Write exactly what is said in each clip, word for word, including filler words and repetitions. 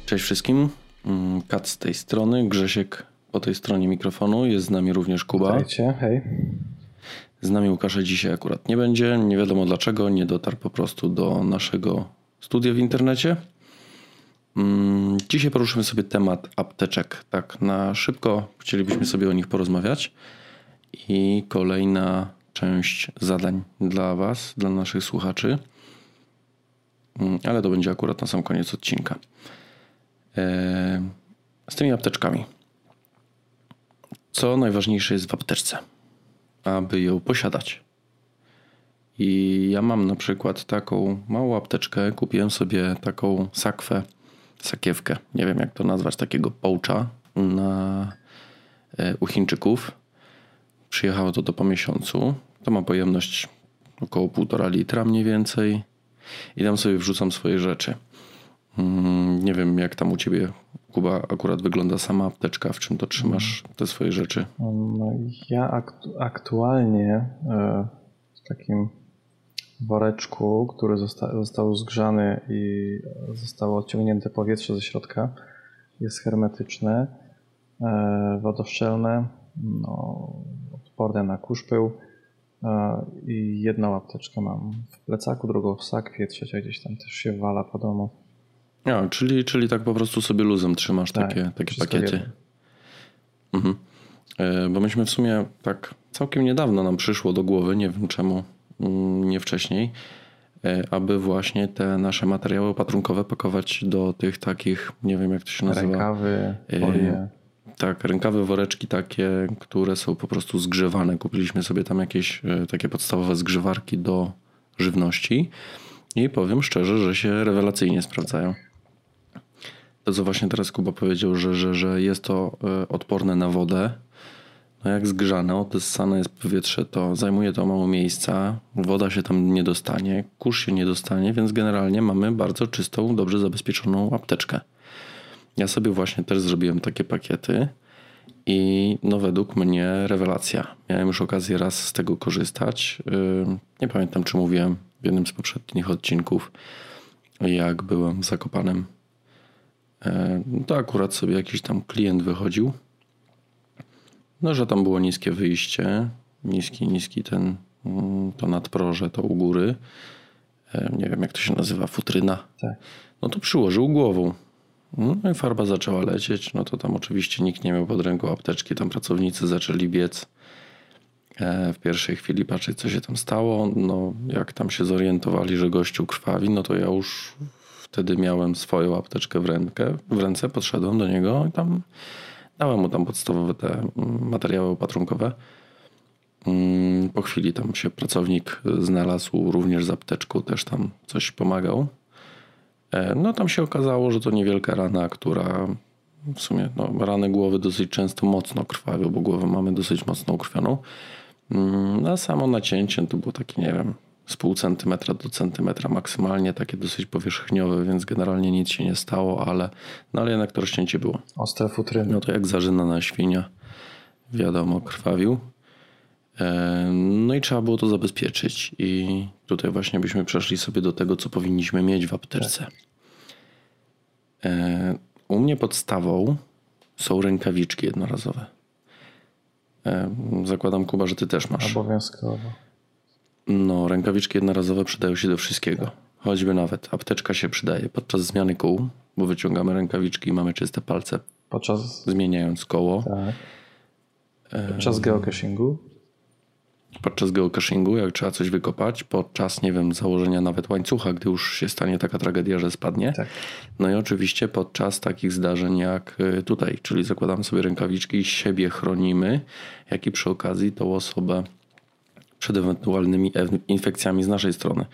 Cześć wszystkim, Kat z tej strony, Grzesiek po tej stronie mikrofonu, jest z nami również Kuba. Witajcie, hej. Z nami Łukasza dzisiaj akurat nie będzie, nie wiadomo dlaczego, nie dotarł po prostu do naszego studia w internecie. Dzisiaj poruszymy sobie temat apteczek, tak na szybko chcielibyśmy sobie o nich porozmawiać i kolejna część zadań dla was, dla naszych słuchaczy, ale to będzie akurat na sam koniec odcinka. Z tymi apteczkami. Co najważniejsze jest w apteczce, aby ją posiadać. I ja mam na przykład taką małą apteczkę. Kupiłem sobie taką sakwę, sakiewkę, nie wiem jak to nazwać, takiego poucha na, u Chińczyków. Przyjechało to do po miesiącu. To ma pojemność około półtora litra mniej więcej. I tam sobie wrzucam swoje rzeczy. Nie wiem jak tam u ciebie, Kuba, akurat wygląda sama apteczka, w czym to trzymasz te swoje rzeczy? No, ja aktu- aktualnie w takim woreczku, który zosta- został zgrzany i zostało odciągnięte powietrze ze środka, jest hermetyczne, wodoszczelne, no, odporne na kurz-pył i jedną apteczkę mam w plecaku, drugą w sakwie, trzecia gdzieś tam też się wala po domu. A, czyli, czyli tak po prostu sobie luzem trzymasz tak, takie, takie pakiety. Mhm. E, bo myśmy w sumie tak całkiem niedawno nam przyszło do głowy, nie wiem czemu, nie wcześniej, e, aby właśnie te nasze materiały opatrunkowe pakować do tych takich, nie wiem jak to się nazywa. Rękawy, folie. E, tak, rękawy, woreczki takie, które są po prostu zgrzewane. Kupiliśmy sobie tam jakieś e, takie podstawowe zgrzewarki do żywności i powiem szczerze, że się rewelacyjnie sprawdzają. To co właśnie teraz Kuba powiedział, że, że, że jest to odporne na wodę. No jak zgrzane, odessane jest powietrze, to zajmuje to mało miejsca. Woda się tam nie dostanie, kurz się nie dostanie, więc generalnie mamy bardzo czystą, dobrze zabezpieczoną apteczkę. Ja sobie właśnie też zrobiłem takie pakiety i no według mnie rewelacja. Miałem już okazję raz z tego korzystać. Nie pamiętam czy mówiłem w jednym z poprzednich odcinków, jak byłem w Zakopanem. To akurat sobie jakiś tam klient wychodził. No, że tam było niskie wyjście. Niski, niski ten, to nadproże, to u góry. Nie wiem jak to się nazywa, futryna. Tak. No to przyłożył głową. No i farba zaczęła lecieć. No to tam oczywiście nikt nie miał pod ręką apteczki. Tam pracownicy zaczęli biec. W pierwszej chwili patrzeć co się tam stało. No jak tam się zorientowali, że gościu krwawi, no to ja już wtedy miałem swoją apteczkę w rękę, w ręce, podszedłem do niego i tam dałem mu tam podstawowe te materiały opatrunkowe. Po chwili tam się pracownik znalazł również z apteczką, też tam coś pomagał. No tam się okazało, że to niewielka rana, która w sumie no, rany głowy dosyć często mocno krwawią, bo głowę mamy dosyć mocno ukrwioną. A samo nacięcie to było takie, nie wiem, z pół centymetra do centymetra maksymalnie, takie dosyć powierzchniowe, więc generalnie nic się nie stało, ale, no ale jednak to rozcięcie było. Ostre futryny. No to jak zarzynana świnia, wiadomo, krwawił. No i trzeba było to zabezpieczyć i tutaj właśnie byśmy przeszli sobie do tego, co powinniśmy mieć w apteczce. Tak. U mnie podstawą są rękawiczki jednorazowe. Zakładam, Kuba, że ty też masz. Obowiązkowo. No, rękawiczki jednorazowe przydają się do wszystkiego. Choćby nawet apteczka się przydaje podczas zmiany kół, bo wyciągamy rękawiczki i mamy czyste palce. Podczas... Zmieniając koło. Tak. Podczas geocachingu. Podczas geocachingu, jak trzeba coś wykopać. Podczas, nie wiem, założenia nawet łańcucha, gdy już się stanie taka tragedia, że spadnie. Tak. No i oczywiście podczas takich zdarzeń jak tutaj, czyli zakładamy sobie rękawiczki i siebie chronimy, jak i przy okazji tą osobę przed ewentualnymi infekcjami z naszej strony.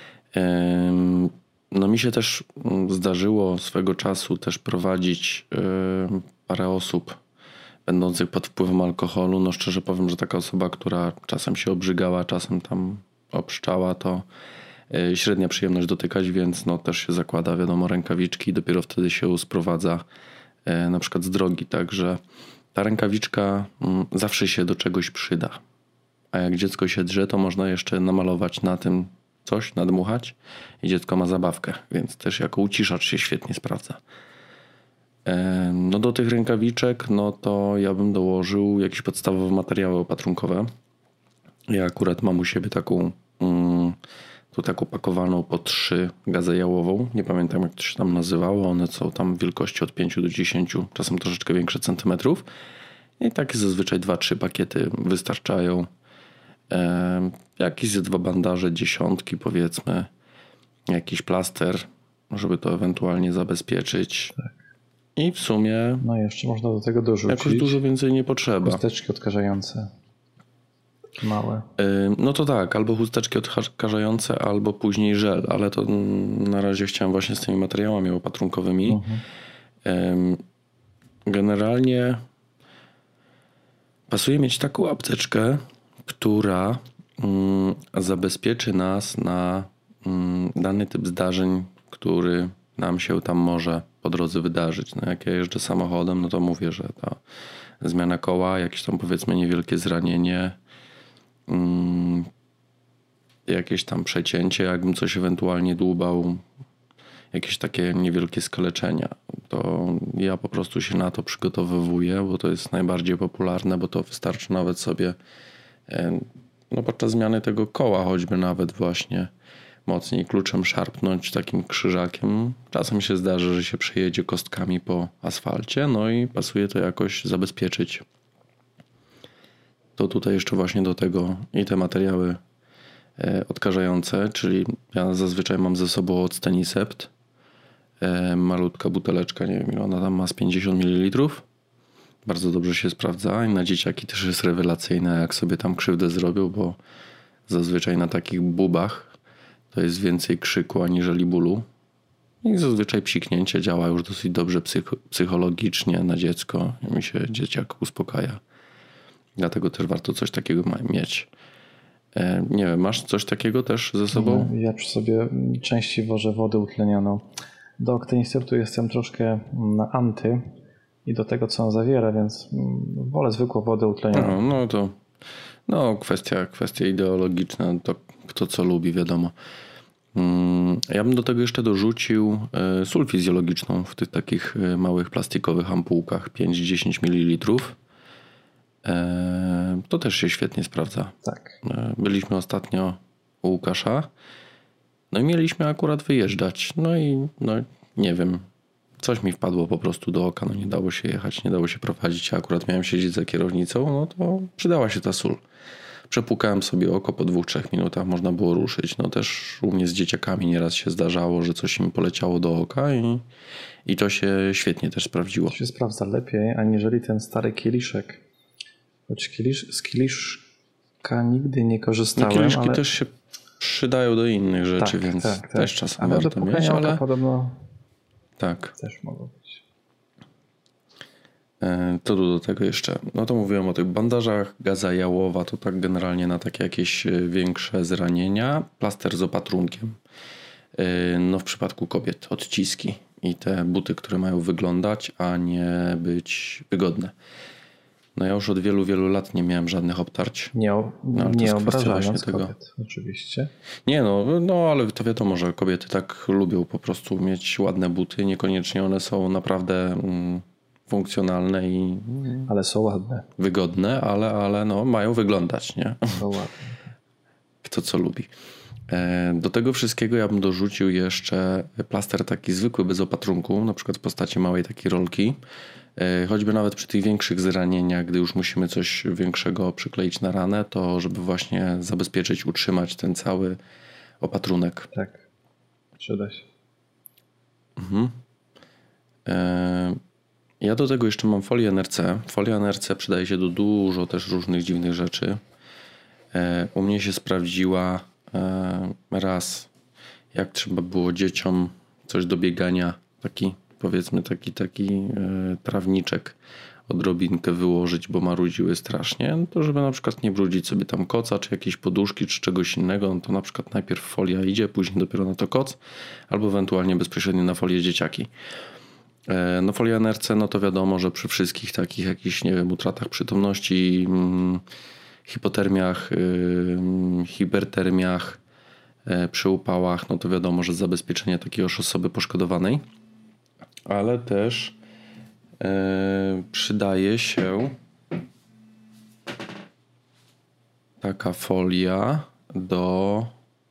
No mi się też zdarzyło swego czasu też prowadzić parę osób będących pod wpływem alkoholu. No szczerze powiem, że taka osoba, która czasem się obrzygała, czasem tam obszczała, to średnia przyjemność dotykać, więc no też się zakłada, wiadomo, rękawiczki i dopiero wtedy się sprowadza na przykład z drogi. Także ta rękawiczka zawsze się do czegoś przyda. A jak dziecko się drze, to można jeszcze namalować na tym coś, nadmuchać i dziecko ma zabawkę, więc też jako uciszacz się świetnie sprawdza. No do tych rękawiczek, no to ja bym dołożył jakieś podstawowe materiały opatrunkowe. Ja akurat mam u siebie taką mm, tu taką pakowaną po trzy gazę jałową. Nie pamiętam jak to się tam nazywało. One są tam wielkości od pięciu do dziesięciu, czasem troszeczkę większe centymetrów. I takie zazwyczaj dwa trzy pakiety wystarczają. E, jakieś ze dwa bandaże, dziesiątki powiedzmy. Jakiś plaster, żeby to ewentualnie zabezpieczyć. Tak. I w sumie... No jeszcze można do tego dorzucić. Jakoś dużo więcej nie potrzeba. Chusteczki odkażające. Małe. No to tak, albo chusteczki odkażające, albo później żel, ale to na razie chciałem właśnie z tymi materiałami opatrunkowymi. Mhm. Generalnie pasuje mieć taką apteczkę, która zabezpieczy nas na dany typ zdarzeń, który nam się tam może po drodze wydarzyć. No jak ja jeżdżę samochodem, no to mówię, że ta zmiana koła, jakieś tam powiedzmy niewielkie zranienie, Hmm, jakieś tam przecięcie, jakbym coś ewentualnie dłubał, jakieś takie niewielkie skaleczenia, to ja po prostu się na to przygotowywuję, bo to jest najbardziej popularne, bo to wystarczy nawet sobie no podczas zmiany tego koła choćby nawet właśnie mocniej kluczem szarpnąć takim krzyżakiem. Czasem się zdarzy, że się przejedzie kostkami po asfalcie, no i pasuje to jakoś zabezpieczyć. To tutaj jeszcze właśnie do tego i te materiały odkażające, czyli ja zazwyczaj mam ze sobą od Stanisept malutka buteleczka, nie wiem ile ona tam ma, z pięćdziesiąt mililitrów. Bardzo dobrze się sprawdza i na dzieciaki też jest rewelacyjne, jak sobie tam krzywdę zrobią, bo zazwyczaj na takich bubach to jest więcej krzyku aniżeli bólu. I zazwyczaj psiknięcie działa już dosyć dobrze psych- psychologicznie na dziecko i mi się dzieciak uspokaja. Dlatego też warto coś takiego mieć. Nie wiem, masz coś takiego też ze sobą? Ja przy sobie częściej wożę wodę utlenioną. Do Octaniceptu jestem troszkę na anty i do tego, co on zawiera, więc wolę zwykłą wodę utlenioną. No, no to no, kwestia, kwestia ideologiczna, to kto co lubi, wiadomo. Ja bym do tego jeszcze dorzucił sól fizjologiczną w tych takich małych plastikowych ampułkach pięć do dziesięciu mililitrów. To też się świetnie sprawdza. Tak. Byliśmy ostatnio u Łukasza, no i mieliśmy akurat wyjeżdżać. No i no nie wiem, coś mi wpadło po prostu do oka, no nie dało się jechać, nie dało się prowadzić, a akurat miałem siedzieć za kierownicą, no to przydała się ta sól. Przepłukałem sobie oko, po dwóch, trzech minutach można było ruszyć. No też u mnie z dzieciakami nieraz się zdarzało, że coś im poleciało do oka i, i to się świetnie też sprawdziło. To się sprawdza lepiej, aniżeli ten stary kieliszek. Choć kielisz, z kieliszka nigdy nie korzystałem. No kieliszki ale... też się przydają do innych rzeczy, tak, więc tak, tak. też czasem ale warto mieć. Ale podobno tak. też mogą być. To tu do tego jeszcze. No to mówiłem o tych bandażach, gaza jałowa, to tak generalnie na takie jakieś większe zranienia. Plaster z opatrunkiem. No w przypadku kobiet odciski i te buty, które mają wyglądać, a nie być wygodne. No ja już od wielu, wielu lat nie miałem żadnych obtarć. Nie, no, nie obrażając kobiet, oczywiście. Nie no, no, ale to wiadomo, że kobiety tak lubią po prostu mieć ładne buty. Niekoniecznie one są naprawdę mm, funkcjonalne i ale są ładne. Wygodne, ale, ale no, mają wyglądać, nie? Są ładne. Kto co lubi. Do tego wszystkiego ja bym dorzucił jeszcze plaster taki zwykły, bez opatrunku, na przykład w postaci małej takiej rolki. Choćby nawet przy tych większych zranieniach, gdy już musimy coś większego przykleić na ranę, to żeby właśnie zabezpieczyć, utrzymać ten cały opatrunek. Tak, przyda się. Mhm. Ja do tego jeszcze mam folię N R C. Folia N R C przydaje się do dużo też różnych dziwnych rzeczy. U mnie się sprawdziła raz, jak trzeba było dzieciom coś do biegania, taki powiedzmy taki, taki trawniczek odrobinkę wyłożyć, bo marudziły strasznie, no to żeby na przykład nie brudzić sobie tam koca, czy jakieś poduszki, czy czegoś innego, no to na przykład najpierw folia idzie, później dopiero na to koc, albo ewentualnie bezpośrednio na folię dzieciaki. No folia N R C, no to wiadomo, że przy wszystkich takich jakichś, nie wiem, utratach przytomności, hmm, hipotermiach, yy, hipertermiach, yy, przy upałach, no to wiadomo, że zabezpieczenie takiej już osoby poszkodowanej, ale też przydaje się taka folia do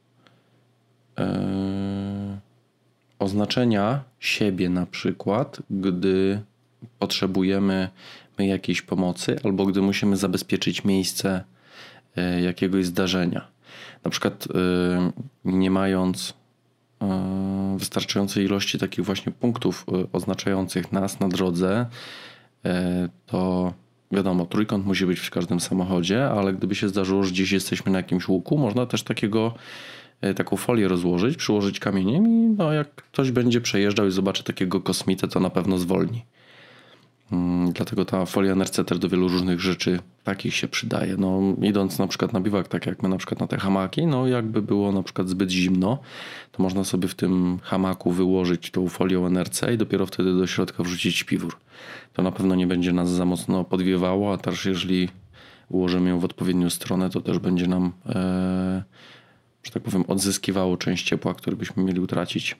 oznaczenia siebie na przykład, gdy potrzebujemy jakiejś pomocy albo gdy musimy zabezpieczyć miejsce jakiegoś zdarzenia. Na przykład nie mając wystarczającej ilości takich właśnie punktów oznaczających nas na drodze, to wiadomo, trójkąt musi być w każdym samochodzie, ale gdyby się zdarzyło, że gdzieś jesteśmy na jakimś łuku, można też takiego, taką folię rozłożyć, przyłożyć kamieniem i no, jak ktoś będzie przejeżdżał i zobaczy takiego kosmitę, to na pewno zwolni. Dlatego ta folia Nerceter do wielu różnych rzeczy takich się przydaje. No, idąc na przykład na biwak, tak jak my na przykład na te hamaki, no jakby było na przykład zbyt zimno, to można sobie w tym hamaku wyłożyć tą folią N R C i dopiero wtedy do środka wrzucić śpiwór. To na pewno nie będzie nas za mocno podwiewało, a też jeżeli ułożymy ją w odpowiednią stronę, to też będzie nam, e, że tak powiem, odzyskiwało część ciepła, który byśmy mieli utracić.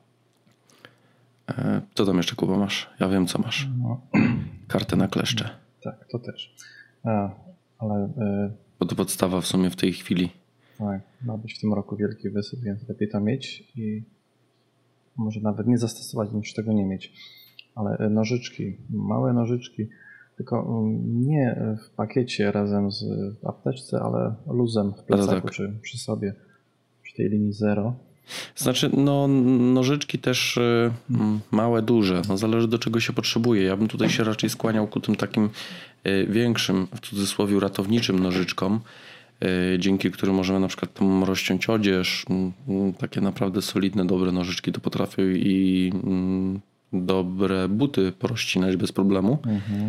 Co tam jeszcze, Kuba, masz? Ja wiem, co masz. No. Kartę na kleszcze. Tak, to też. A, ale... Yy... Bo to podstawa w sumie w tej chwili. Tak, ma być w tym roku wielki wysyp, więc lepiej to mieć i może nawet nie zastosować, niż tego nie mieć. Ale nożyczki, małe nożyczki, tylko nie w pakiecie razem z w apteczce, ale luzem w plecaku, tak, tak. Czy przy sobie, przy tej linii zero. Znaczy, no nożyczki też y, małe, duże. No, zależy do czego się potrzebuje. Ja bym tutaj się raczej skłaniał ku tym takim y, większym, w cudzysłowie, ratowniczym nożyczkom, y, dzięki którym możemy na przykład tam rozciąć odzież. Y, takie naprawdę solidne, dobre nożyczki to potrafią i y, dobre buty porozcinać bez problemu. Mhm.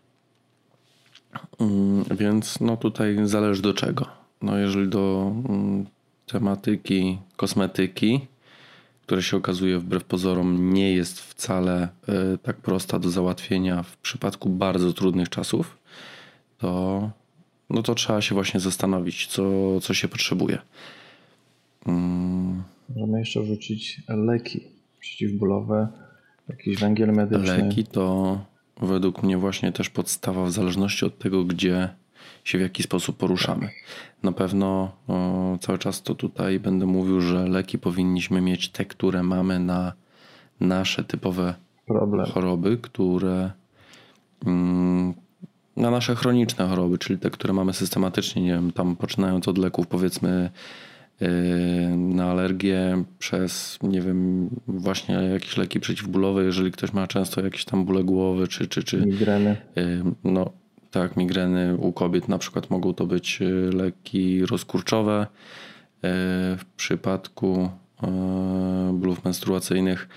Y, więc no tutaj zależy do czego. No jeżeli do... Y, tematyki kosmetyki, która się okazuje wbrew pozorom nie jest wcale y, tak prosta do załatwienia w przypadku bardzo trudnych czasów, to, no to trzeba się właśnie zastanowić, co, co się potrzebuje. Hmm. Możemy jeszcze wrzucić leki przeciwbólowe, jakiś węgiel medyczny. Leki to według mnie właśnie też podstawa w zależności od tego, gdzie się w jaki sposób poruszamy. Na pewno o, cały czas to tutaj będę mówił, że leki powinniśmy mieć te, które mamy na nasze typowe Problem. choroby, które mm, na nasze chroniczne choroby, czyli te, które mamy systematycznie, nie wiem, tam poczynając od leków powiedzmy yy, na alergię przez, nie wiem, właśnie jakieś leki przeciwbólowe, jeżeli ktoś ma często jakieś tam bóle głowy, czy, czy, czy migreny. Yy, no Tak, migreny u kobiet na przykład mogą to być leki rozkurczowe. W przypadku bólów menstruacyjnych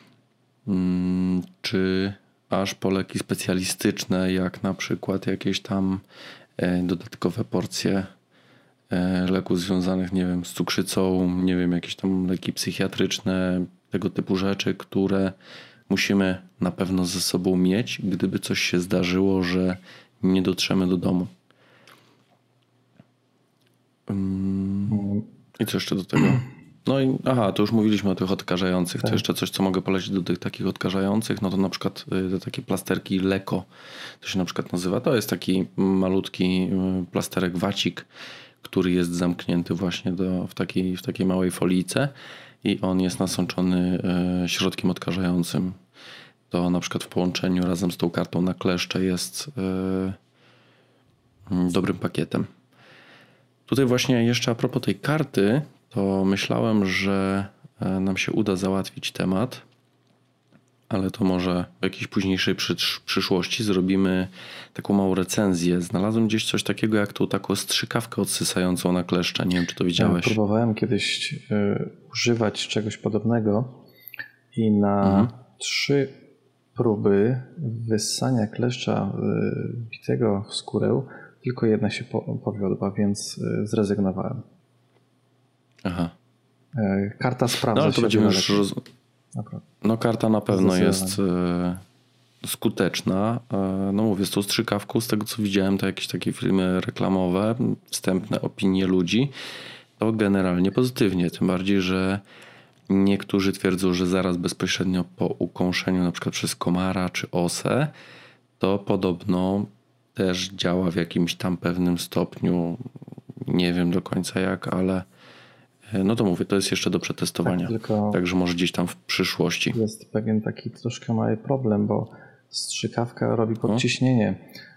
czy aż po leki specjalistyczne, jak na przykład jakieś tam dodatkowe porcje leków związanych, nie wiem, z cukrzycą, nie wiem, jakieś tam leki psychiatryczne, tego typu rzeczy, które musimy na pewno ze sobą mieć, gdyby coś się zdarzyło, że nie dotrzemy do domu. I co jeszcze do tego? No i aha, to już mówiliśmy o tych odkażających. To jeszcze coś, co mogę polecić do tych takich odkażających, no to na przykład te takie plasterki Leko, to się na przykład nazywa. To jest taki malutki plasterek wacik, który jest zamknięty właśnie do, w, takiej, w takiej małej folijce i on jest nasączony środkiem odkażającym. To na przykład w połączeniu razem z tą kartą na kleszcze jest yy, dobrym pakietem. Tutaj właśnie jeszcze a propos tej karty, to myślałem, że nam się uda załatwić temat, ale to może w jakiejś późniejszej przysz- przyszłości zrobimy taką małą recenzję. Znalazłem gdzieś coś takiego jak tą taką strzykawkę odsysającą na kleszcze. Nie wiem, czy to widziałeś. Ja próbowałem kiedyś y, używać czegoś podobnego i na mhm. trzy próby wyssania kleszcza wbitego w skórę tylko jedna się powiodła, więc zrezygnowałem. Aha. Karta sprawdza no, się. Będziemy już roz... No karta na pewno jest skuteczna. No mówię, z tą strzykawką, z tego co widziałem, to jakieś takie filmy reklamowe, wstępne opinie ludzi, to generalnie pozytywnie. Tym bardziej, że niektórzy twierdzą, że zaraz bezpośrednio po ukąszeniu na przykład przez komara czy osę, to podobno też działa w jakimś tam pewnym stopniu. Nie wiem do końca jak, ale no to mówię, to jest jeszcze do przetestowania. Tak, tylko także może gdzieś tam w przyszłości. Jest pewien taki troszkę mały problem, bo strzykawka robi podciśnienie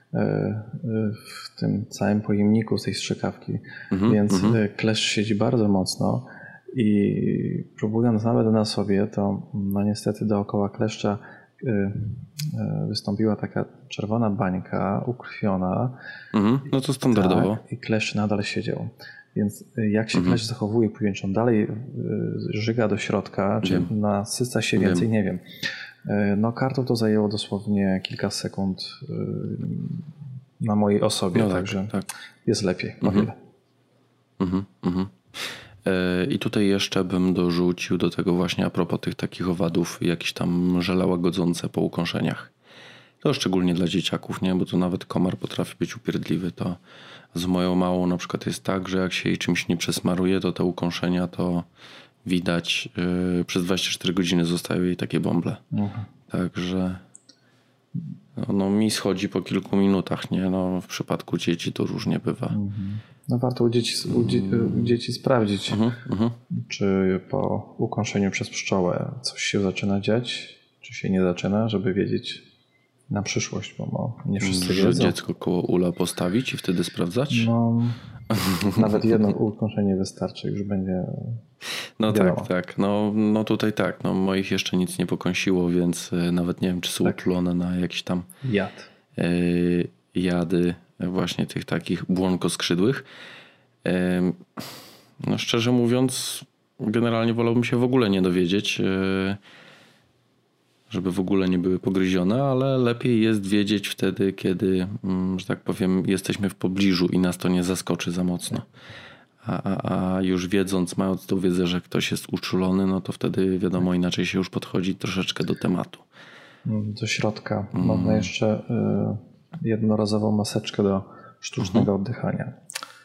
w tym całym pojemniku z tej strzykawki, mm-hmm, więc mm-hmm. kleszcz siedzi bardzo mocno i próbując nawet na sobie, to no niestety dookoła kleszcza wystąpiła taka czerwona bańka, ukrwiona. Mm-hmm. No to standardowo. Tak, i kleszcz nadal siedział. Więc jak się mm-hmm. kleszcz zachowuje później, czy on dalej żyga do środka, czy wiem. nasyca się więcej, wiem. nie wiem. No kartą to zajęło dosłownie kilka sekund na mojej osobie, no tak, także tak. jest lepiej o wiele. Mhm, mhm. I tutaj jeszcze bym dorzucił do tego właśnie a propos tych takich owadów jakieś tam żele łagodzące po ukąszeniach. To szczególnie dla dzieciaków, nie? Bo to nawet komar potrafi być upierdliwy. To z moją małą na przykład jest tak, że jak się jej czymś nie przesmaruje, to te ukąszenia to widać yy, przez dwadzieścia cztery godziny zostają jej takie bąble. Mhm. Także no, no mi schodzi po kilku minutach, nie? No, w przypadku dzieci to różnie bywa. Mhm. No warto u dzieci, u dzie, u dzieci sprawdzić, mhm, mhm. czy po ukąszeniu przez pszczołę coś się zaczyna dziać, czy się nie zaczyna, żeby wiedzieć na przyszłość, bo nie wszyscy że wiedzą. Dziecko koło ula postawić i wtedy sprawdzać? No, nawet jedno ukąszenie wystarczy, już będzie No wiadomo. tak, tak. No, no tutaj tak. No, moich jeszcze nic nie pokąsiło, więc nawet nie wiem, czy są tak. uczulone na jakiś tam jad. Y, jady właśnie tych takich błonkoskrzydłych. Y, no szczerze mówiąc, generalnie wolałbym się w ogóle nie dowiedzieć, y, żeby w ogóle nie były pogryzione, ale lepiej jest wiedzieć wtedy, kiedy, że tak powiem, jesteśmy w pobliżu i nas to nie zaskoczy za mocno. A, a, a już wiedząc, mając tą wiedzę, że ktoś jest uczulony, no to wtedy wiadomo, inaczej się już podchodzi troszeczkę do tematu. Do środka. Mm. Można jeszcze y, jednorazową maseczkę do sztucznego mm. oddychania.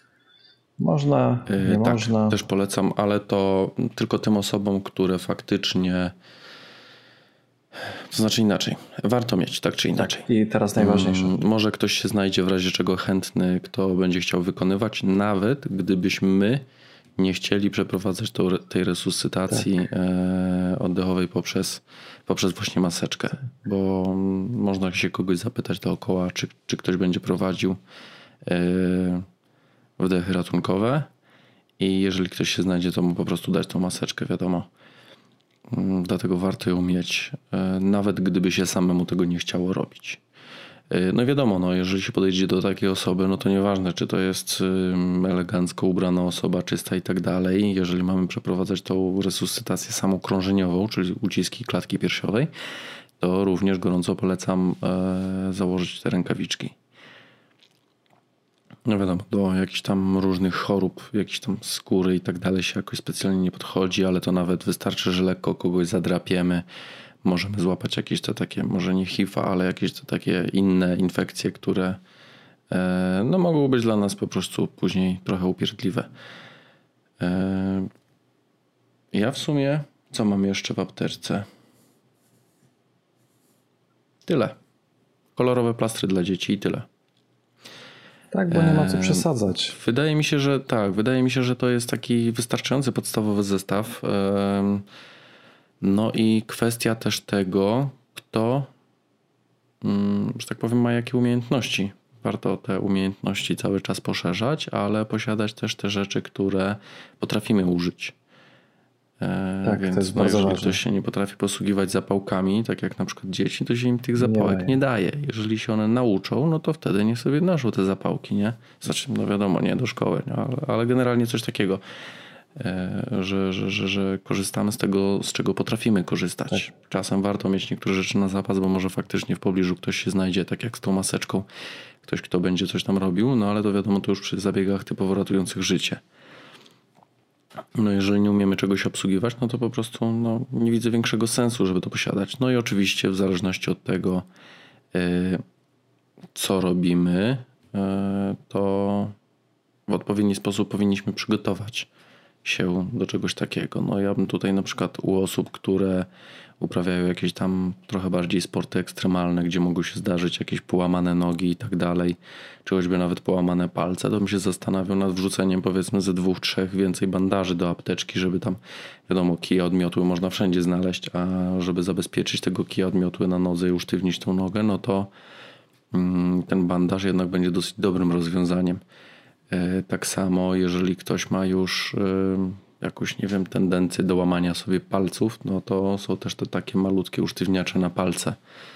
Można, nie y, tak, można. Też polecam, ale to tylko tym osobom, które faktycznie... To znaczy inaczej. Warto mieć, tak czy inaczej. Tak, i teraz najważniejsze. Może ktoś się znajdzie w razie czego chętny, kto będzie chciał wykonywać, nawet gdybyśmy my nie chcieli przeprowadzać to, tej resuscytacji tak. oddechowej poprzez, poprzez właśnie maseczkę. Bo można się kogoś zapytać dookoła, czy, czy ktoś będzie prowadził wdechy ratunkowe i jeżeli ktoś się znajdzie, to mu po prostu dać tą maseczkę, wiadomo. Dlatego warto ją mieć, nawet gdyby się samemu tego nie chciało robić. No wiadomo, no, jeżeli się podejdzie do takiej osoby, no to nieważne, czy to jest elegancko ubrana osoba, czysta i tak dalej. Jeżeli mamy przeprowadzać tą resuscytację samokrążeniową, czyli uciski klatki piersiowej, to również gorąco polecam założyć te rękawiczki. No wiadomo, do jakichś tam różnych chorób, jakichś tam skóry i tak dalej się jakoś specjalnie nie podchodzi, ale to nawet wystarczy, że lekko kogoś zadrapiemy. Możemy złapać jakieś te takie, może nie H I V, ale jakieś te takie inne infekcje, które e, no mogą być dla nas po prostu później trochę upierdliwe. E, ja w sumie, co mam jeszcze w apteczce? Tyle. Kolorowe plastry dla dzieci i tyle. Tak, bo nie ma co przesadzać. Wydaje mi się, że tak. Wydaje mi się, że to jest taki wystarczający podstawowy zestaw. No i kwestia też tego, kto, że tak powiem, ma jakie umiejętności. Warto te umiejętności cały czas poszerzać, ale posiadać też te rzeczy, które potrafimy użyć. Tak, Więc to jest no, bardzo jeżeli ważne. ktoś się nie potrafi posługiwać zapałkami, tak jak na przykład dzieci, to się im tych zapałek nie, nie daje. Jeżeli się one nauczą, no to wtedy niech sobie noszą te zapałki, nie? Znaczy, no wiadomo, nie do szkoły, nie? Ale, ale generalnie coś takiego, e, że, że, że, że korzystamy z tego, z czego potrafimy korzystać. Tak. Czasem warto mieć niektóre rzeczy na zapas, bo może faktycznie w pobliżu ktoś się znajdzie, tak jak z tą maseczką, ktoś, kto będzie coś tam robił, no ale to wiadomo, to już przy zabiegach typowo ratujących życie. No jeżeli nie umiemy czegoś obsługiwać, no to po prostu no, nie widzę większego sensu, żeby to posiadać. No i oczywiście w zależności od tego, yy, co robimy, yy, to w odpowiedni sposób powinniśmy przygotować się do czegoś takiego. No ja bym tutaj na przykład u osób, które uprawiają jakieś tam trochę bardziej sporty ekstremalne, gdzie mogą się zdarzyć jakieś połamane nogi i tak dalej, czy choćby nawet połamane palce, to bym się zastanawiał nad wrzuceniem powiedzmy ze dwóch, trzech więcej bandaży do apteczki, żeby tam, wiadomo, kija odmiotły można wszędzie znaleźć, a żeby zabezpieczyć tego kija odmiotły na nodze i usztywnić tą nogę, no to mm, ten bandaż jednak będzie dosyć dobrym rozwiązaniem. Yy, tak samo, jeżeli ktoś ma już yy, jakąś, nie wiem, tendencję do łamania sobie palców, no to są też te takie malutkie usztywniacze na palce.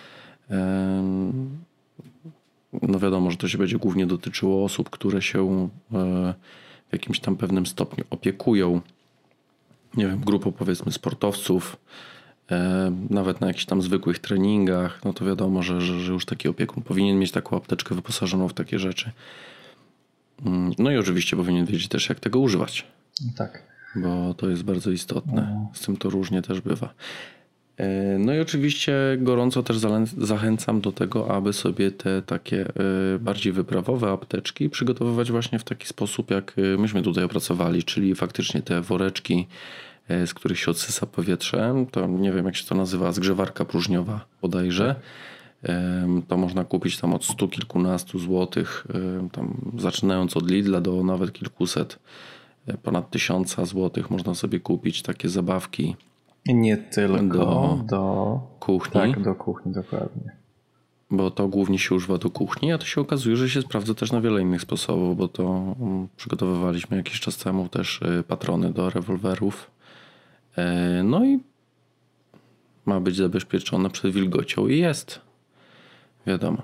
No wiadomo, że to się będzie głównie dotyczyło osób, które się w jakimś tam pewnym stopniu opiekują, nie wiem, grupą powiedzmy sportowców, nawet na jakichś tam zwykłych treningach, no to wiadomo, że, że, że już taki opiekun powinien mieć taką apteczkę wyposażoną w takie rzeczy. No i oczywiście powinien wiedzieć też, jak tego używać. Tak. Bo to jest bardzo istotne. Z tym to różnie też bywa. No i oczywiście gorąco też zachęcam do tego, aby sobie te takie bardziej wyprawowe apteczki przygotowywać właśnie w taki sposób, jak myśmy tutaj opracowali, czyli faktycznie te woreczki, z których się odsysa powietrze. To nie wiem, jak się to nazywa, zgrzewarka próżniowa bodajże. To można kupić tam od stu kilkunastu złotych, tam zaczynając od Lidla do nawet kilkuset. Ponad tysiąca złotych można sobie kupić takie zabawki. Nie tylko do, do kuchni. Tak, do kuchni, dokładnie. Bo to głównie się używa do kuchni, a to się okazuje, że się sprawdza też na wiele innych sposobów, bo to przygotowywaliśmy jakiś czas temu też patrony do rewolwerów. No i ma być zabezpieczone przed wilgocią i jest. Wiadomo.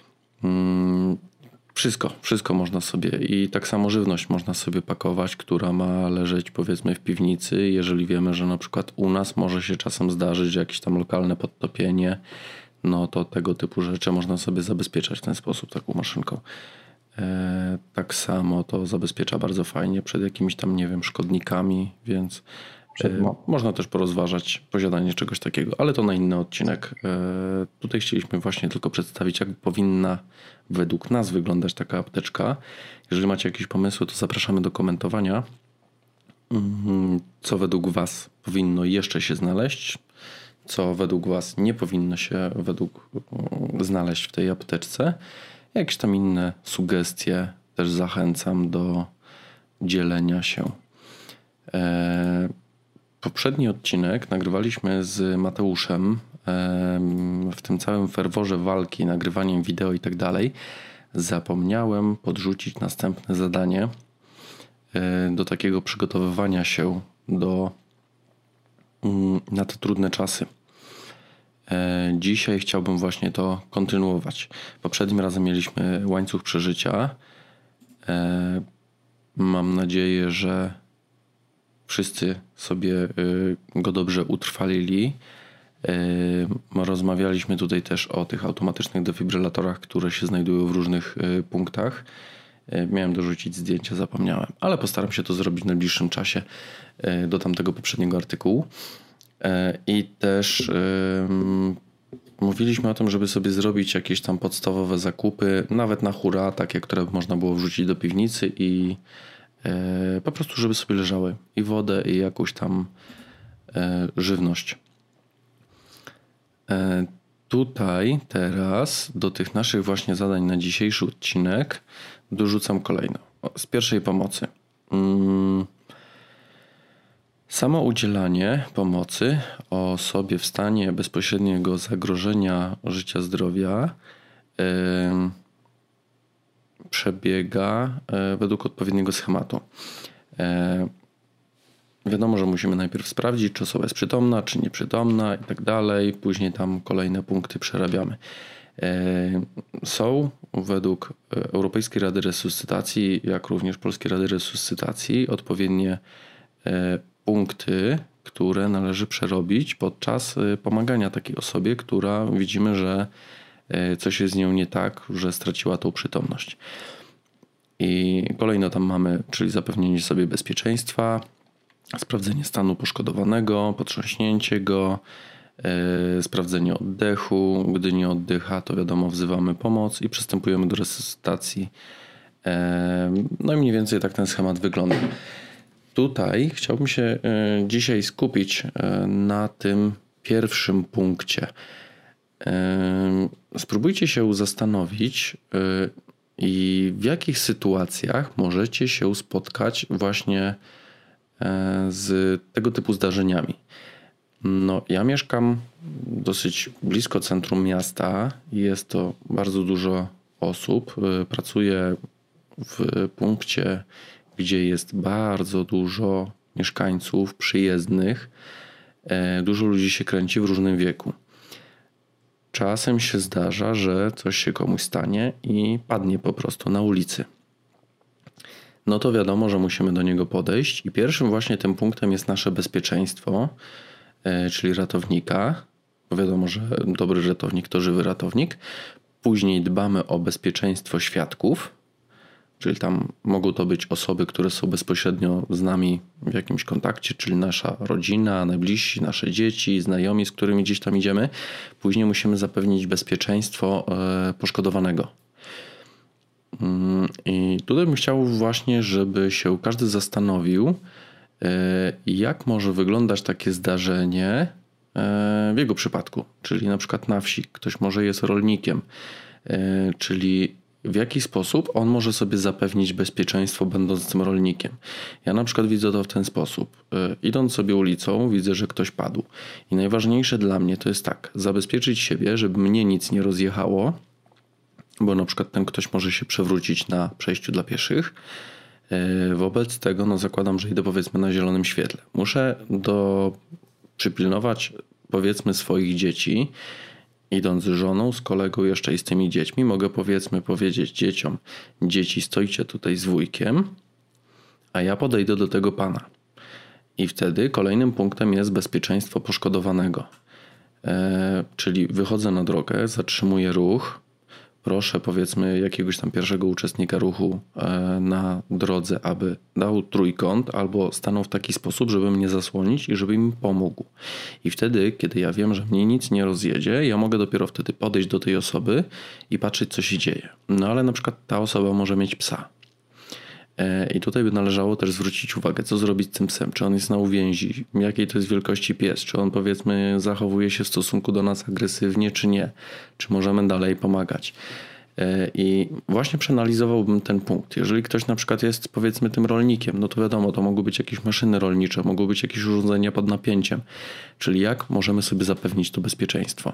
Wszystko, wszystko można sobie i tak samo żywność można sobie pakować, która ma leżeć powiedzmy w piwnicy, jeżeli wiemy, że na przykład u nas może się czasem zdarzyć jakieś tam lokalne podtopienie, no to tego typu rzeczy można sobie zabezpieczać w ten sposób taką maszynką. E, tak samo to zabezpiecza bardzo fajnie przed jakimiś tam, nie wiem, szkodnikami, więc e, można też porozważać posiadanie czegoś takiego, ale to na inny odcinek. E, tutaj chcieliśmy właśnie tylko przedstawić, jak powinna według nas wyglądać taka apteczka. Jeżeli macie jakieś pomysły, to zapraszamy do komentowania. Co według was powinno jeszcze się znaleźć, co według was nie powinno się według znaleźć w tej apteczce. Jakieś tam inne sugestie też zachęcam do dzielenia się. Poprzedni odcinek nagrywaliśmy z Mateuszem w tym całym ferworze walki, nagrywaniem wideo i tak dalej. Zapomniałem podrzucić następne zadanie do takiego przygotowywania się do, na te trudne czasy. Dzisiaj chciałbym właśnie to kontynuować. Poprzednim razem mieliśmy łańcuch przeżycia. Mam nadzieję, że wszyscy sobie go dobrze utrwalili. Rozmawialiśmy tutaj też o tych automatycznych defibrylatorach, które się znajdują w różnych punktach. Miałem dorzucić zdjęcia, zapomniałem, ale postaram się to zrobić w najbliższym czasie do tamtego poprzedniego artykułu. I też um, mówiliśmy o tym, żeby sobie zrobić jakieś tam podstawowe zakupy, nawet na hura, takie, które można było wrzucić do piwnicy i e, po prostu, żeby sobie leżały i wodę, i jakąś tam e, żywność. E, tutaj teraz do tych naszych właśnie zadań na dzisiejszy odcinek dorzucam kolejno. Z pierwszej pomocy. Mm. Samo udzielanie pomocy osobie w stanie bezpośredniego zagrożenia życia, zdrowia yy, przebiega yy, według odpowiedniego schematu. Yy, wiadomo, że musimy najpierw sprawdzić, czy osoba jest przytomna, czy nieprzytomna i tak dalej. Później tam kolejne punkty przerabiamy. Yy, są według Europejskiej Rady Resuscytacji, jak również Polskiej Rady Resuscytacji odpowiednie yy, punkty, które należy przerobić podczas pomagania takiej osobie, która widzimy, że coś jest z nią nie tak, że straciła tą przytomność. I kolejno tam mamy, czyli zapewnienie sobie bezpieczeństwa, sprawdzenie stanu poszkodowanego, potrząśnięcie go, yy, sprawdzenie oddechu. Gdy nie oddycha, to wiadomo, wzywamy pomoc i przystępujemy do resuscytacji. Yy, no i mniej więcej tak ten schemat wygląda. tutaj chciałbym się dzisiaj skupić na tym pierwszym punkcie. Spróbujcie się zastanowić, i w jakich sytuacjach możecie się spotkać właśnie z tego typu zdarzeniami. No, ja mieszkam dosyć blisko centrum miasta. Jest to bardzo dużo osób. Pracuję w punkcie, gdzie jest bardzo dużo mieszkańców przyjezdnych. Dużo ludzi się kręci w różnym wieku. Czasem się zdarza, że coś się komuś stanie i padnie po prostu na ulicy. No to wiadomo, że musimy do niego podejść i pierwszym właśnie tym punktem jest nasze bezpieczeństwo, czyli ratownika. Bo wiadomo, że dobry ratownik to żywy ratownik. Później dbamy o bezpieczeństwo świadków, czyli tam mogą to być osoby, które są bezpośrednio z nami w jakimś kontakcie, czyli nasza rodzina, najbliżsi, nasze dzieci, znajomi, z którymi gdzieś tam idziemy. Później musimy zapewnić bezpieczeństwo poszkodowanego. I tutaj bym chciał właśnie, żeby się każdy zastanowił, jak może wyglądać takie zdarzenie w jego przypadku. Czyli na przykład na wsi ktoś może jest rolnikiem, czyli w jaki sposób on może sobie zapewnić bezpieczeństwo będąc tym rolnikiem. Ja na przykład widzę to w ten sposób. Idąc sobie ulicą widzę, że ktoś padł. I najważniejsze dla mnie to jest tak, zabezpieczyć siebie, żeby mnie nic nie rozjechało, bo na przykład ten ktoś może się przewrócić na przejściu dla pieszych. Wobec tego no zakładam, że idę powiedzmy na zielonym świetle. Muszę do, przypilnować powiedzmy swoich dzieci. Idąc z żoną, z kolegą jeszcze i z tymi dziećmi, mogę powiedzmy powiedzieć dzieciom: dzieci, stoicie tutaj z wujkiem, a ja podejdę do tego pana. I wtedy kolejnym punktem jest bezpieczeństwo poszkodowanego. E, czyli wychodzę na drogę, zatrzymuję ruch, proszę powiedzmy jakiegoś tam pierwszego uczestnika ruchu e, na drodze, aby dał trójkąt albo stanął w taki sposób, żeby mnie zasłonić i żeby mi pomógł. I wtedy, kiedy ja wiem, że mnie nic nie rozjedzie, ja mogę dopiero wtedy podejść do tej osoby i patrzeć, co się dzieje. No ale na przykład ta osoba może mieć psa. E, I tutaj by należało też zwrócić uwagę, co zrobić z tym psem. Czy on jest na uwięzi, jakiej to jest wielkości pies, czy on powiedzmy zachowuje się w stosunku do nas agresywnie, czy nie. Czy możemy dalej pomagać. I właśnie przeanalizowałbym ten punkt. Jeżeli ktoś na przykład jest powiedzmy tym rolnikiem, no to wiadomo, to mogą być jakieś maszyny rolnicze, mogą być jakieś urządzenia pod napięciem. Czyli jak możemy sobie zapewnić to bezpieczeństwo.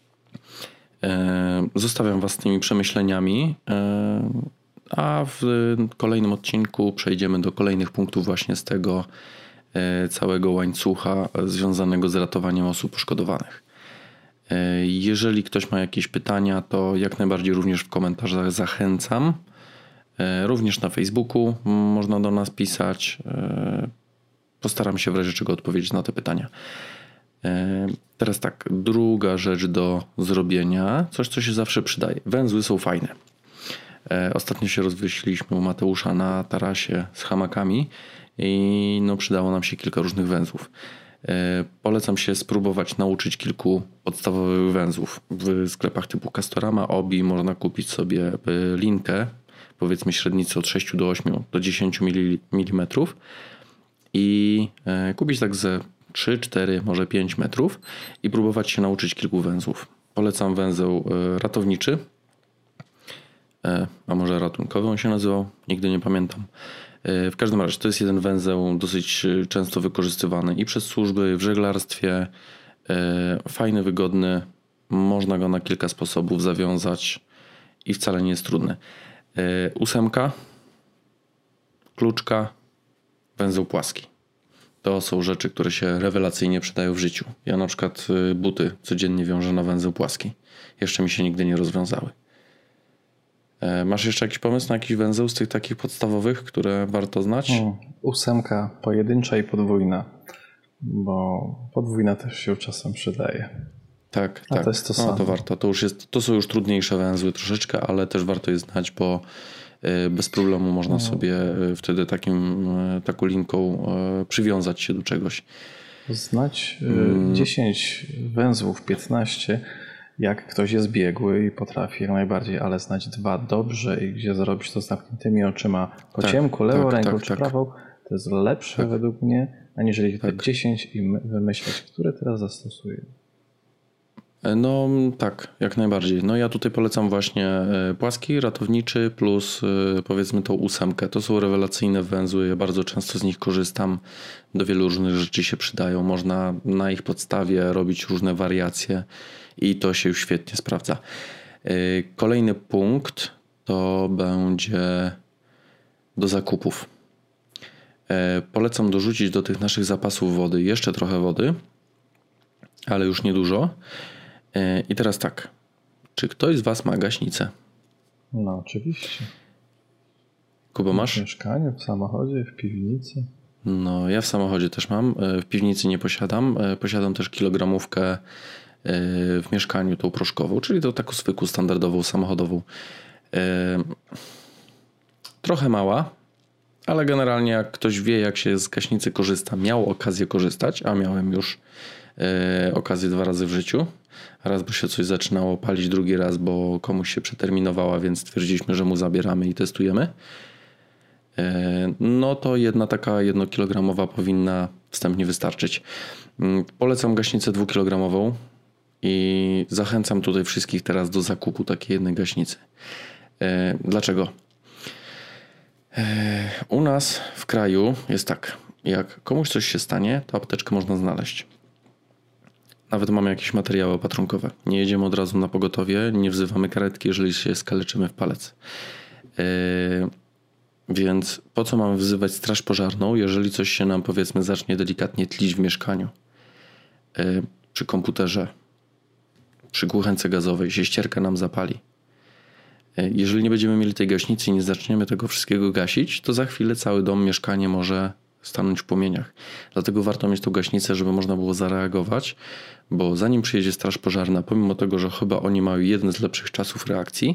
Zostawiam was z tymi przemyśleniami, a w kolejnym odcinku przejdziemy do kolejnych punktów właśnie z tego całego łańcucha związanego z ratowaniem osób poszkodowanych. Jeżeli ktoś ma jakieś pytania, to jak najbardziej również w komentarzach zachęcam. Również na Facebooku można do nas pisać. Postaram się w razie czego odpowiedzieć na te pytania. Teraz tak, druga rzecz do zrobienia. Coś, co się zawsze przydaje. Węzły są fajne. Ostatnio się rozwieźliśmy u Mateusza na tarasie z hamakami i no przydało nam się kilka różnych węzłów. Polecam się spróbować nauczyć kilku podstawowych węzłów. W sklepach typu Castorama, Obi można kupić sobie linkę, powiedzmy średnicę od sześć do ośmiu do dziesięciu milimetrów i kupić tak ze trzy, cztery, może pięć metrów i próbować się nauczyć kilku węzłów. Polecam węzeł ratowniczy, a może ratunkowy on się nazywał, nigdy nie pamiętam. W każdym razie to jest jeden węzeł dosyć często wykorzystywany i przez służby w żeglarstwie. Fajny, wygodny, można go na kilka sposobów zawiązać i wcale nie jest trudny. Ósemka, kluczka, węzeł płaski. To są rzeczy, które się rewelacyjnie przydają w życiu. Ja na przykład buty codziennie wiążę na węzeł płaski. Jeszcze mi się nigdy nie rozwiązały. Masz jeszcze jakiś pomysł na jakiś węzeł z tych takich podstawowych, które warto znać? Hmm, ósemka pojedyncza i podwójna, bo podwójna też się czasem przydaje. Tak, A tak. to jest to samo. No, to warto. To już jest, to są już trudniejsze węzły troszeczkę, ale też warto je znać, bo bez problemu można sobie wtedy takim, taką linką przywiązać się do czegoś. Znać hmm. dziesięć węzłów, piętnaście. Jak ktoś jest biegły i potrafi jak najbardziej, ale znać dwa dobrze i gdzie zrobić to z zamkniętymi oczyma po tak, ciemku, lewą tak, ręką tak, czy tak. prawą, to To jest lepsze tak. według mnie, aniżeli te tak. dziesięć i wymyśleć, które teraz zastosuję. No tak, jak najbardziej. No ja tutaj polecam właśnie płaski, ratowniczy plus powiedzmy tą ósemkę. To są rewelacyjne węzły, ja bardzo często z nich korzystam. Do wielu różnych rzeczy się przydają. Można na ich podstawie robić różne wariacje i to się już świetnie sprawdza. Kolejny punkt to będzie do zakupów. Polecam dorzucić do tych naszych zapasów wody jeszcze trochę wody, ale już niedużo. I teraz tak, czy ktoś z was ma gaśnicę? No oczywiście. Kuba, masz? W mieszkaniu, w samochodzie, w piwnicy. No ja w samochodzie też mam, w piwnicy nie posiadam. Posiadam też kilogramówkę w mieszkaniu, tą proszkową, czyli tą taką zwykłą, standardową, samochodową. Trochę mała, ale generalnie jak ktoś wie, jak się z gaśnicy korzysta, miał okazję korzystać, a miałem już okazję dwa razy w życiu. Raz, bo się coś zaczynało palić, drugi raz, bo komuś się przeterminowała, więc stwierdziliśmy, że mu zabieramy i testujemy. No to jedna taka jednokilogramowa powinna wstępnie wystarczyć. Polecam gaśnicę dwukilogramową i zachęcam tutaj wszystkich teraz do zakupu takiej jednej gaśnicy. Dlaczego? U nas w kraju jest tak, jak komuś coś się stanie, to apteczkę można znaleźć. Nawet mamy jakieś materiały opatrunkowe. Nie jedziemy od razu na pogotowie, nie wzywamy karetki, jeżeli się skaleczymy w palec. Yy, więc po co mamy wzywać straż pożarną, jeżeli coś się nam, powiedzmy, zacznie delikatnie tlić w mieszkaniu? Yy, przy komputerze, przy kuchence gazowej się ścierka nam zapali. Yy, jeżeli nie będziemy mieli tej gaśnicy i nie zaczniemy tego wszystkiego gasić, to za chwilę cały dom, mieszkanie może stanąć w płomieniach. Dlatego warto mieć tą gaśnicę, żeby można było zareagować, bo zanim przyjedzie straż pożarna, pomimo tego, że chyba oni mają jeden z lepszych czasów reakcji,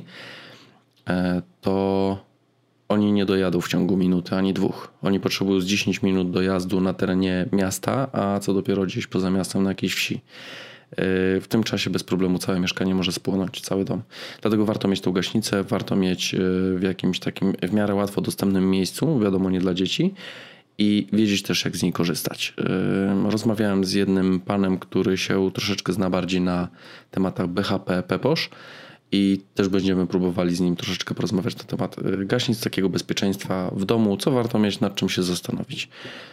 to oni nie dojadą w ciągu minuty ani dwóch. Oni potrzebują z dziesięć minut dojazdu na terenie miasta, a co dopiero gdzieś poza miastem na jakiejś wsi. W tym czasie bez problemu całe mieszkanie może spłonąć, cały dom. Dlatego warto mieć tą gaśnicę, warto mieć w jakimś takim w miarę łatwo dostępnym miejscu, wiadomo, nie dla dzieci, i wiedzieć też, jak z niej korzystać. Rozmawiałem z jednym panem, który się troszeczkę zna bardziej na tematach B H P, Peposz i też będziemy próbowali z nim troszeczkę porozmawiać na temat gaśnic, takiego bezpieczeństwa w domu, co warto mieć, nad czym się zastanowić.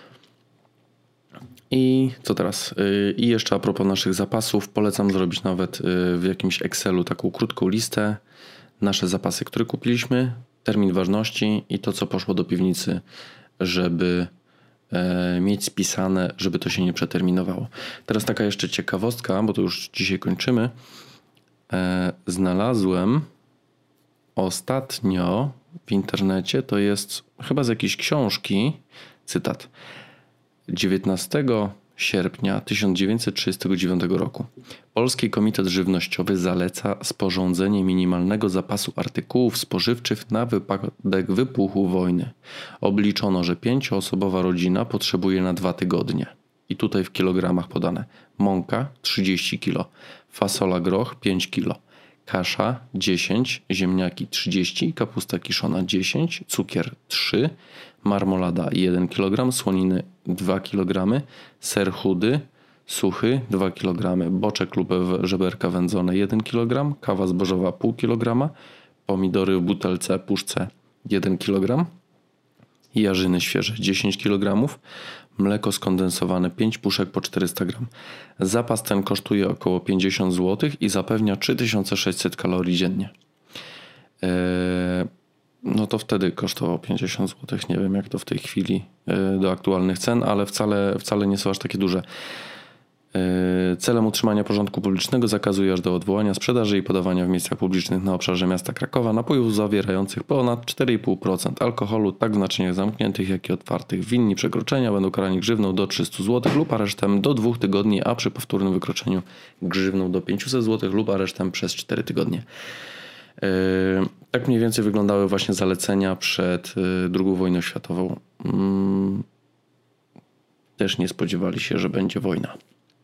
I co teraz? I jeszcze a propos naszych zapasów, polecam zrobić nawet w jakimś Excelu taką krótką listę, nasze zapasy, które kupiliśmy, termin ważności i to, co poszło do piwnicy, żeby mieć spisane, żeby to się nie przeterminowało. Teraz taka jeszcze ciekawostka, bo to już dzisiaj kończymy. Znalazłem ostatnio w internecie, to jest chyba z jakiejś książki, cytat, dziewiętnastego sierpnia tysiąc dziewięćset trzydziestego dziewiątego roku. Polski Komitet Żywnościowy zaleca sporządzenie minimalnego zapasu artykułów spożywczych na wypadek wybuchu wojny. Obliczono, że pięcioosobowa rodzina potrzebuje na dwa tygodnie. I tutaj w kilogramach podane. Mąka trzydzieści kilo, fasola groch pięć kilo, kasza dziesięć, ziemniaki trzydzieści, kapusta kiszona dziesięć, cukier trzy, marmolada jeden kilogram, słoniny dwa kilogramy, ser chudy, suchy dwa kilogramy, boczek lub żeberka wędzone jeden kilogram, kawa zbożowa pół kilograma, pomidory w butelce, puszce jeden kilogram, jarzyny świeże dziesięć kilogramów, mleko skondensowane pięć puszek po czterysta gramów. Zapas ten kosztuje około pięćdziesiąt złotych i zapewnia trzy tysiące sześćset kalorii dziennie. Eee, no to wtedy kosztowało pięćdziesiąt złotych. Nie wiem jak to w tej chwili e, do aktualnych cen, ale wcale, wcale nie są aż takie duże. Celem utrzymania porządku publicznego zakazuje aż do odwołania sprzedaży i podawania w miejscach publicznych na obszarze miasta Krakowa napojów zawierających ponad cztery i pół procent alkoholu, tak w naczyniach zamkniętych, jak i otwartych. Winni przekroczenia będą karani grzywną do trzysta złotych lub aresztem do dwóch tygodni, a przy powtórnym wykroczeniu grzywną do pięćset złotych lub aresztem przez cztery tygodnie. Tak mniej więcej wyglądały właśnie zalecenia przed drugą wojną światową. Też nie spodziewali się, że będzie wojna.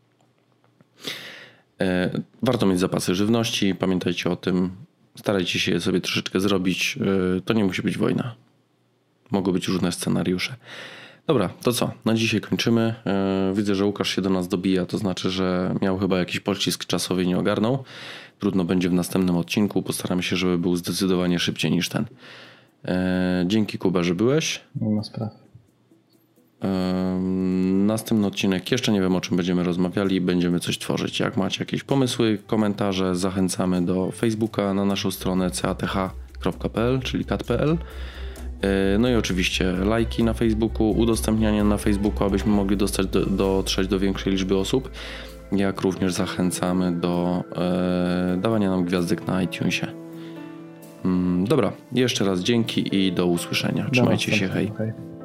Warto mieć zapasy żywności, pamiętajcie o tym, starajcie się je sobie troszeczkę zrobić, to nie musi być wojna. Mogą być różne scenariusze. Dobra, to co? Na dzisiaj kończymy. Widzę, że Łukasz się do nas dobija, to znaczy, że miał chyba jakiś pocisk czasowy i nie ogarnął. Trudno będzie w następnym odcinku. Postaramy się, żeby był zdecydowanie szybciej niż ten. Dzięki, Kuba, że byłeś. Nie ma spraw. Następny odcinek jeszcze nie wiem, o czym będziemy rozmawiali. Będziemy coś tworzyć. Jak macie jakieś pomysły, komentarze, zachęcamy do Facebooka, na naszą stronę c a t h kropka p l, czyli cat kropka p l. No i oczywiście lajki na Facebooku, udostępnianie na Facebooku, abyśmy mogli dostać do, dotrzeć do większej liczby osób. Jak również zachęcamy do e, dawania nam gwiazdek na iTunesie. Mm, dobra, jeszcze raz dzięki i do usłyszenia. Trzymajcie się, hej.